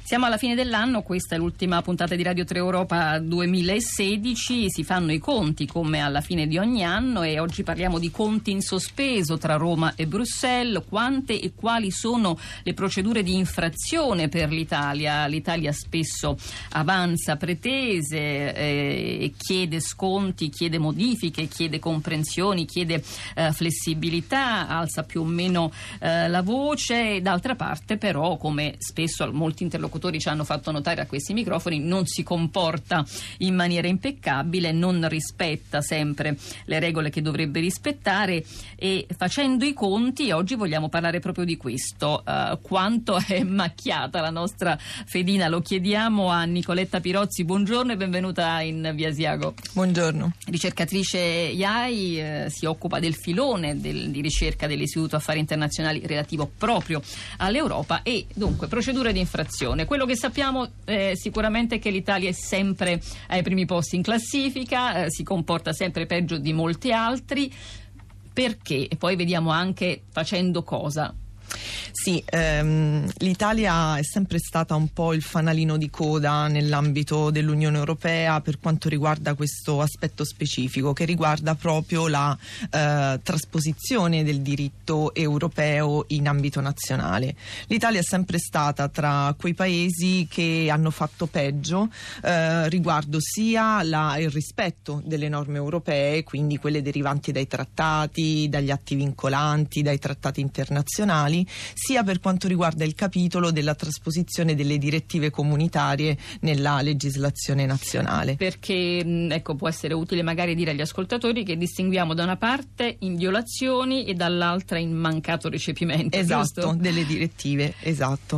Siamo alla fine dell'anno, questa è l'ultima puntata di Radio 3 Europa 2016, si fanno i conti come alla fine di ogni anno e oggi parliamo di conti in sospeso tra Roma e Bruxelles. Quante e quali sono le procedure di infrazione per l'Italia? L'Italia spesso avanza pretese, chiede sconti, chiede modifiche, chiede comprensioni, chiede flessibilità, alza più o meno la voce. D'altra parte però, come spesso molti interlocutori ci hanno fatto notare a questi microfoni, non si comporta in maniera impeccabile, non rispetta sempre le regole che dovrebbe rispettare e facendo i conti oggi vogliamo parlare proprio di questo, quanto è macchiata la nostra fedina. Lo chiediamo a Nicoletta Pirozzi, buongiorno e benvenuta in Via Asiago. Buongiorno. Ricercatrice IAI, si occupa del filone di ricerca dell'Istituto Affari Internazionali relativo proprio all'Europa e dunque procedure di infrazione. Quello che sappiamo sicuramente è che l'Italia è sempre ai primi posti in classifica, si comporta sempre peggio di molti altri. Perché? E poi vediamo anche facendo cosa. Sì, l'Italia è sempre stata un po' il fanalino di coda nell'ambito dell'Unione Europea per quanto riguarda questo aspetto specifico che riguarda proprio la trasposizione del diritto europeo in ambito nazionale. L'Italia è sempre stata tra quei paesi che hanno fatto peggio riguardo sia il rispetto delle norme europee, quindi quelle derivanti dai trattati, dagli atti vincolanti, dai trattati internazionali, sia per quanto riguarda il capitolo della trasposizione delle direttive comunitarie nella legislazione nazionale. Perché può essere utile magari dire agli ascoltatori che distinguiamo da una parte in violazioni e dall'altra in mancato recepimento. Esatto, giusto? Delle direttive, esatto.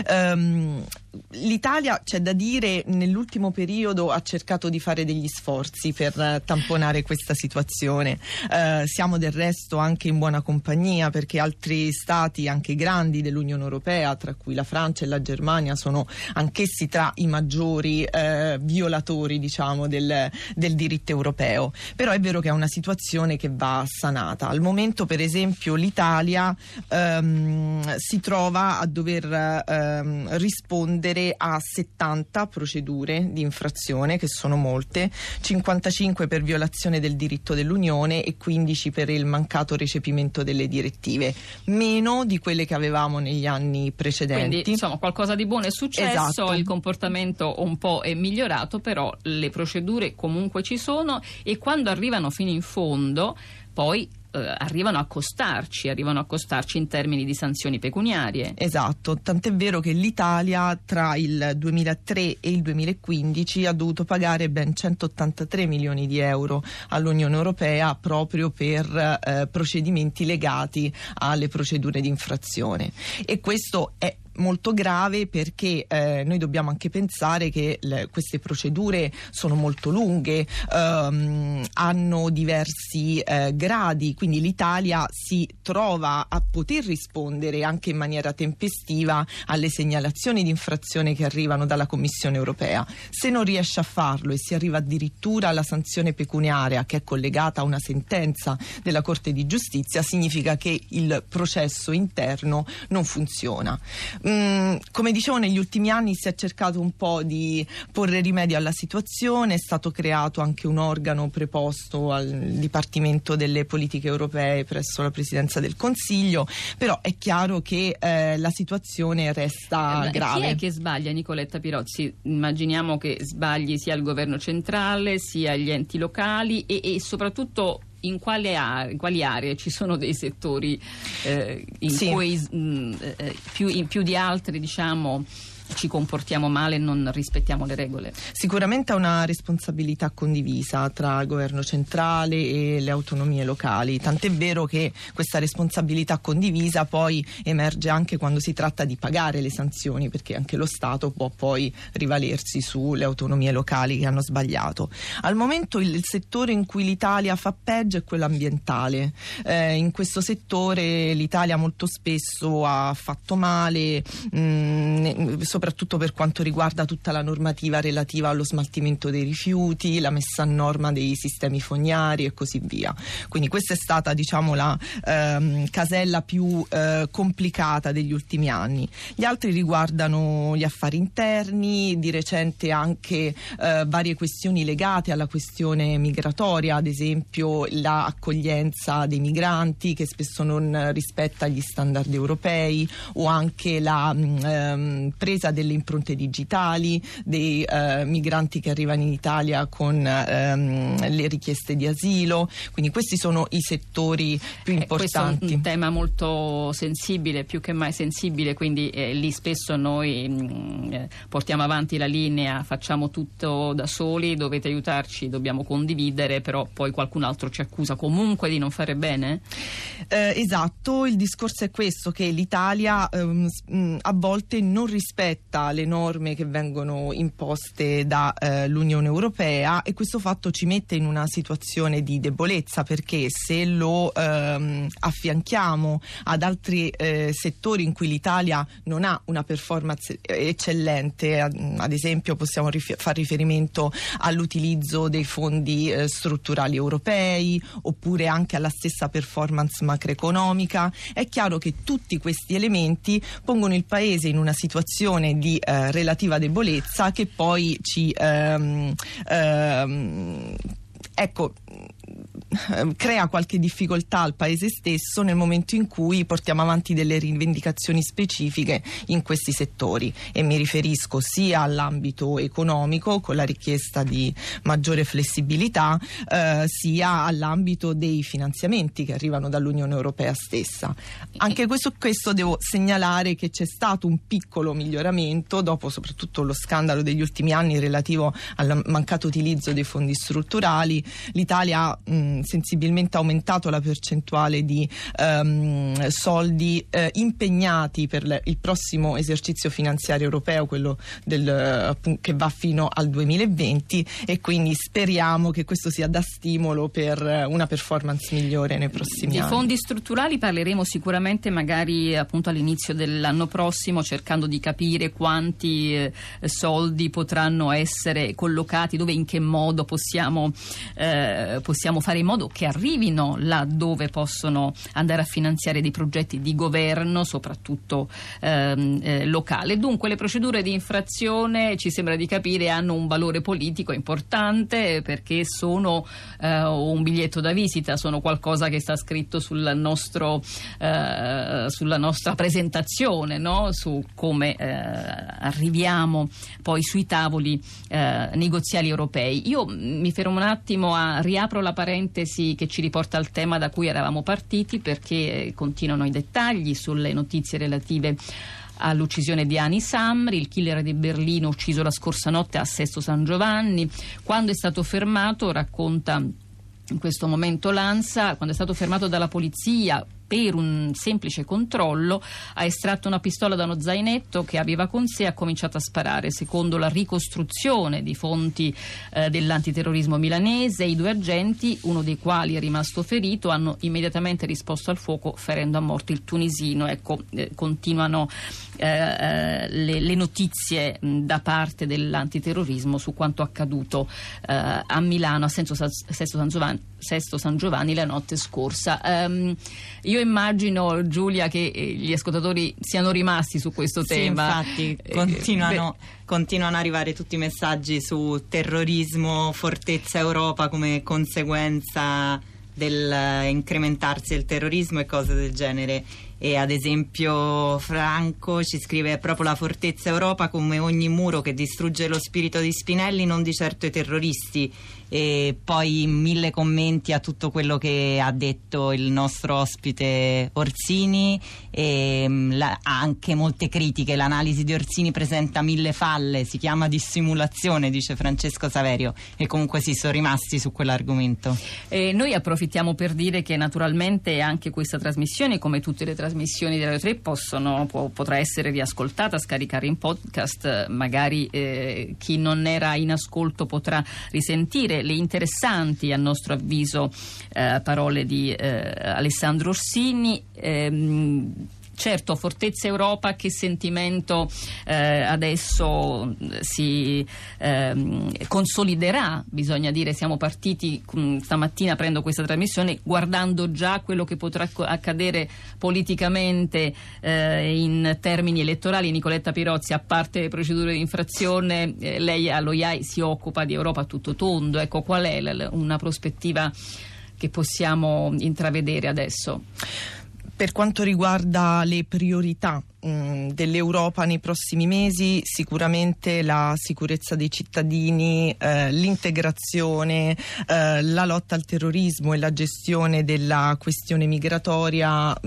L'Italia, c'è da dire, nell'ultimo periodo ha cercato di fare degli sforzi per tamponare questa situazione. Siamo del resto anche in buona compagnia perché altri stati, anche grandi dell'Unione Europea, tra cui la Francia e la Germania, sono anch'essi tra i maggiori violatori, diciamo, del diritto europeo. Però è vero che è una situazione che va sanata. Al momento, per esempio, l'Italia si trova a dover rispondere a 70 procedure di infrazione, che sono molte, 55 per violazione del diritto dell'Unione e 15 per il mancato recepimento delle direttive, meno di quelle che avevamo negli anni precedenti. Quindi insomma qualcosa di buono è successo, esatto. Il comportamento un po' è migliorato, però le procedure comunque ci sono e quando arrivano fino in fondo poi arrivano a costarci in termini di sanzioni pecuniarie. Esatto, tant'è vero che l'Italia tra il 2003 e il 2015 ha dovuto pagare ben 183 milioni di euro all'Unione Europea proprio per procedimenti legati alle procedure di infrazione, e questo è molto grave perché noi dobbiamo anche pensare che queste procedure sono molto lunghe, hanno diversi gradi, quindi l'Italia si trova a poter rispondere anche in maniera tempestiva alle segnalazioni di infrazione che arrivano dalla Commissione Europea. Se non riesce a farlo e si arriva addirittura alla sanzione pecuniaria che è collegata a una sentenza della Corte di Giustizia, significa che il processo interno non funziona. Come dicevo, negli ultimi anni si è cercato un po' di porre rimedio alla situazione, è stato creato anche un organo preposto al Dipartimento delle Politiche Europee presso la Presidenza del Consiglio, però è chiaro che la situazione resta grave. Chi è che sbaglia, Nicoletta Pirozzi? Immaginiamo che sbagli sia il governo centrale sia gli enti locali e soprattutto in quali aree ci sono dei settori in cui più di altri, diciamo, ci comportiamo male e non rispettiamo le regole? Sicuramente è una responsabilità condivisa tra il governo centrale e le autonomie locali, tant'è vero che questa responsabilità condivisa poi emerge anche quando si tratta di pagare le sanzioni, perché anche lo Stato può poi rivalersi sulle autonomie locali che hanno sbagliato. Al momento il settore in cui l'Italia fa peggio è quello ambientale. In questo settore l'Italia molto spesso ha fatto male, soprattutto per quanto riguarda tutta la normativa relativa allo smaltimento dei rifiuti, la messa a norma dei sistemi fognari e così via. Quindi questa è stata, diciamo, la casella più complicata degli ultimi anni. Gli altri riguardano gli affari interni, di recente anche varie questioni legate alla questione migratoria, ad esempio l'accoglienza dei migranti che spesso non rispetta gli standard europei, o anche la presa delle impronte digitali dei migranti che arrivano in Italia con le richieste di asilo. Quindi questi sono i settori più importanti. Questo è un tema molto sensibile, più che mai sensibile, quindi lì spesso noi portiamo avanti la linea, facciamo tutto da soli, dovete aiutarci, dobbiamo condividere, però poi qualcun altro ci accusa comunque di non fare bene? Esatto, il discorso è questo, che l'Italia a volte non rispetta le norme che vengono imposte dall'Unione Europea, e questo fatto ci mette in una situazione di debolezza, perché se lo affianchiamo ad altri settori in cui l'Italia non ha una performance eccellente, ad esempio possiamo far riferimento all'utilizzo dei fondi strutturali europei, oppure anche alla stessa performance macroeconomica, è chiaro che tutti questi elementi pongono il Paese in una situazione di relativa debolezza, che poi ci crea qualche difficoltà al Paese stesso nel momento in cui portiamo avanti delle rivendicazioni specifiche in questi settori, e mi riferisco sia all'ambito economico con la richiesta di maggiore flessibilità, sia all'ambito dei finanziamenti che arrivano dall'Unione Europea stessa. Anche questo devo segnalare che c'è stato un piccolo miglioramento dopo soprattutto lo scandalo degli ultimi anni relativo al mancato utilizzo dei fondi strutturali. L'Italia ha sensibilmente aumentato la percentuale di soldi impegnati per il prossimo esercizio finanziario europeo, quello che va fino al 2020, e quindi speriamo che questo sia da stimolo per una performance migliore nei prossimi anni. Di fondi strutturali parleremo sicuramente magari appunto all'inizio dell'anno prossimo, cercando di capire quanti soldi potranno essere collocati, dove, in che modo possiamo fare in modo che arrivino là dove possono andare a finanziare dei progetti di governo, soprattutto locale. Dunque le procedure di infrazione, ci sembra di capire, hanno un valore politico importante, perché sono un biglietto da visita, sono qualcosa che sta scritto sulla nostra presentazione, no? Su come arriviamo poi sui tavoli negoziali europei. Io mi fermo un attimo, riapro la parentesi che ci riporta al tema da cui eravamo partiti, perché continuano i dettagli sulle notizie relative all'uccisione di Anis Amri, il killer di Berlino ucciso la scorsa notte a Sesto San Giovanni. Quando è stato fermato, racconta in questo momento l'ANSA, quando è stato fermato dalla polizia per un semplice controllo, ha estratto una pistola da uno zainetto che aveva con sé e ha cominciato a sparare. Secondo la ricostruzione di fonti dell'antiterrorismo milanese, i due agenti, uno dei quali è rimasto ferito, hanno immediatamente risposto al fuoco ferendo a morte il tunisino. Ecco, continuano le notizie da parte dell'antiterrorismo su quanto accaduto a Milano a Sesto San Giovanni la notte scorsa. Io immagino, Giulia, che gli ascoltatori siano rimasti su questo tema. Infatti continuano ad arrivare tutti i messaggi su terrorismo, fortezza Europa come conseguenza dell'incrementarsi del terrorismo e cose del genere. E ad esempio Franco ci scrive proprio: la fortezza Europa, come ogni muro che distrugge lo spirito di Spinelli, non di certo i terroristi. E poi 1000 commenti a tutto quello che ha detto il nostro ospite Orsini, e anche molte critiche. L'analisi di Orsini presenta 1000 falle, si chiama dissimulazione, dice Francesco Saverio, e comunque si sono rimasti su quell'argomento. Noi approfittiamo per dire che naturalmente anche questa trasmissione, come tutte le trasmissioni di Radio 3, potrà essere riascoltata, scaricare in podcast. Magari chi non era in ascolto potrà risentire le interessanti, a nostro avviso, parole di Alessandro Orsini. Certo, Fortezza Europa, che sentimento adesso si consoliderà, bisogna dire. Siamo partiti stamattina, prendo questa trasmissione, guardando già quello che potrà accadere politicamente in termini elettorali. Nicoletta Pirozzi, a parte le procedure di infrazione, lei allo IAI si occupa di Europa a tutto tondo. Ecco, qual è una prospettiva che possiamo intravedere adesso? Per quanto riguarda le priorità dell'Europa nei prossimi mesi, sicuramente la sicurezza dei cittadini, l'integrazione, la lotta al terrorismo e la gestione della questione migratoria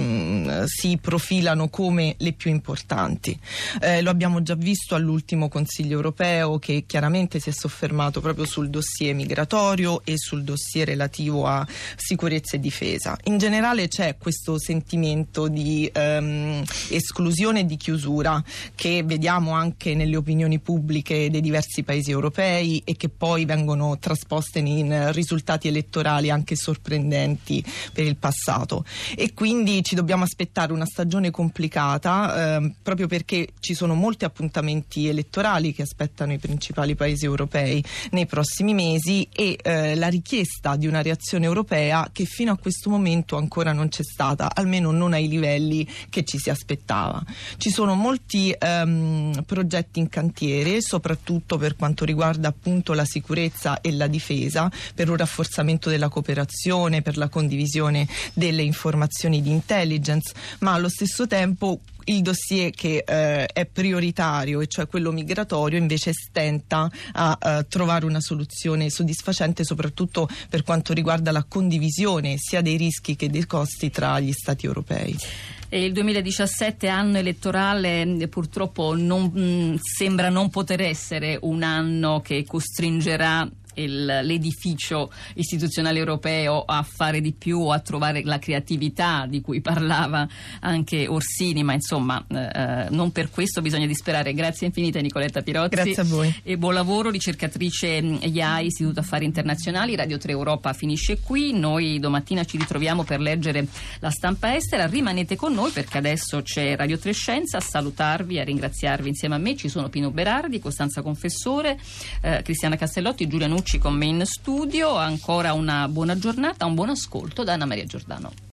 si profilano come le più importanti. Lo abbiamo già visto all'ultimo Consiglio europeo, che chiaramente si è soffermato proprio sul dossier migratorio e sul dossier relativo a sicurezza e difesa. In generale c'è questo sentimento di esclusione e di chiusura che vediamo anche nelle opinioni pubbliche dei diversi paesi europei e che poi vengono trasposte in risultati elettorali anche sorprendenti per il passato, e quindi ci dobbiamo aspettare una stagione complicata proprio perché ci sono molti appuntamenti elettorali che aspettano i principali paesi europei nei prossimi mesi e la richiesta di una reazione europea che fino a questo momento ancora non c'è stata, almeno non ai livelli che ci si aspettava. Ci sono molti progetti in cantiere, soprattutto per quanto riguarda appunto la sicurezza e la difesa, per un rafforzamento della cooperazione, per la condivisione delle informazioni di intelligence, ma allo stesso tempo il dossier che è prioritario, e cioè quello migratorio, invece stenta a trovare una soluzione soddisfacente, soprattutto per quanto riguarda la condivisione sia dei rischi che dei costi tra gli Stati europei. E il 2017, anno elettorale, purtroppo sembra non poter essere un anno che costringerà l'edificio istituzionale europeo a fare di più o a trovare la creatività di cui parlava anche Orsini, ma insomma non per questo bisogna disperare. Grazie infinite Nicoletta Pirozzi. Grazie a voi. E buon lavoro, ricercatrice IAI, Istituto Affari Internazionali. Radio 3 Europa finisce qui, noi domattina ci ritroviamo per leggere la stampa estera. Rimanete con noi perché adesso c'è Radio 3 Scienza. A salutarvi, a ringraziarvi insieme a me ci sono Pino Berardi, Costanza Confessore, Cristiana Castellotti, Giulia Nucci con me in studio. Ancora una buona giornata, un buon ascolto da Anna Maria Giordano.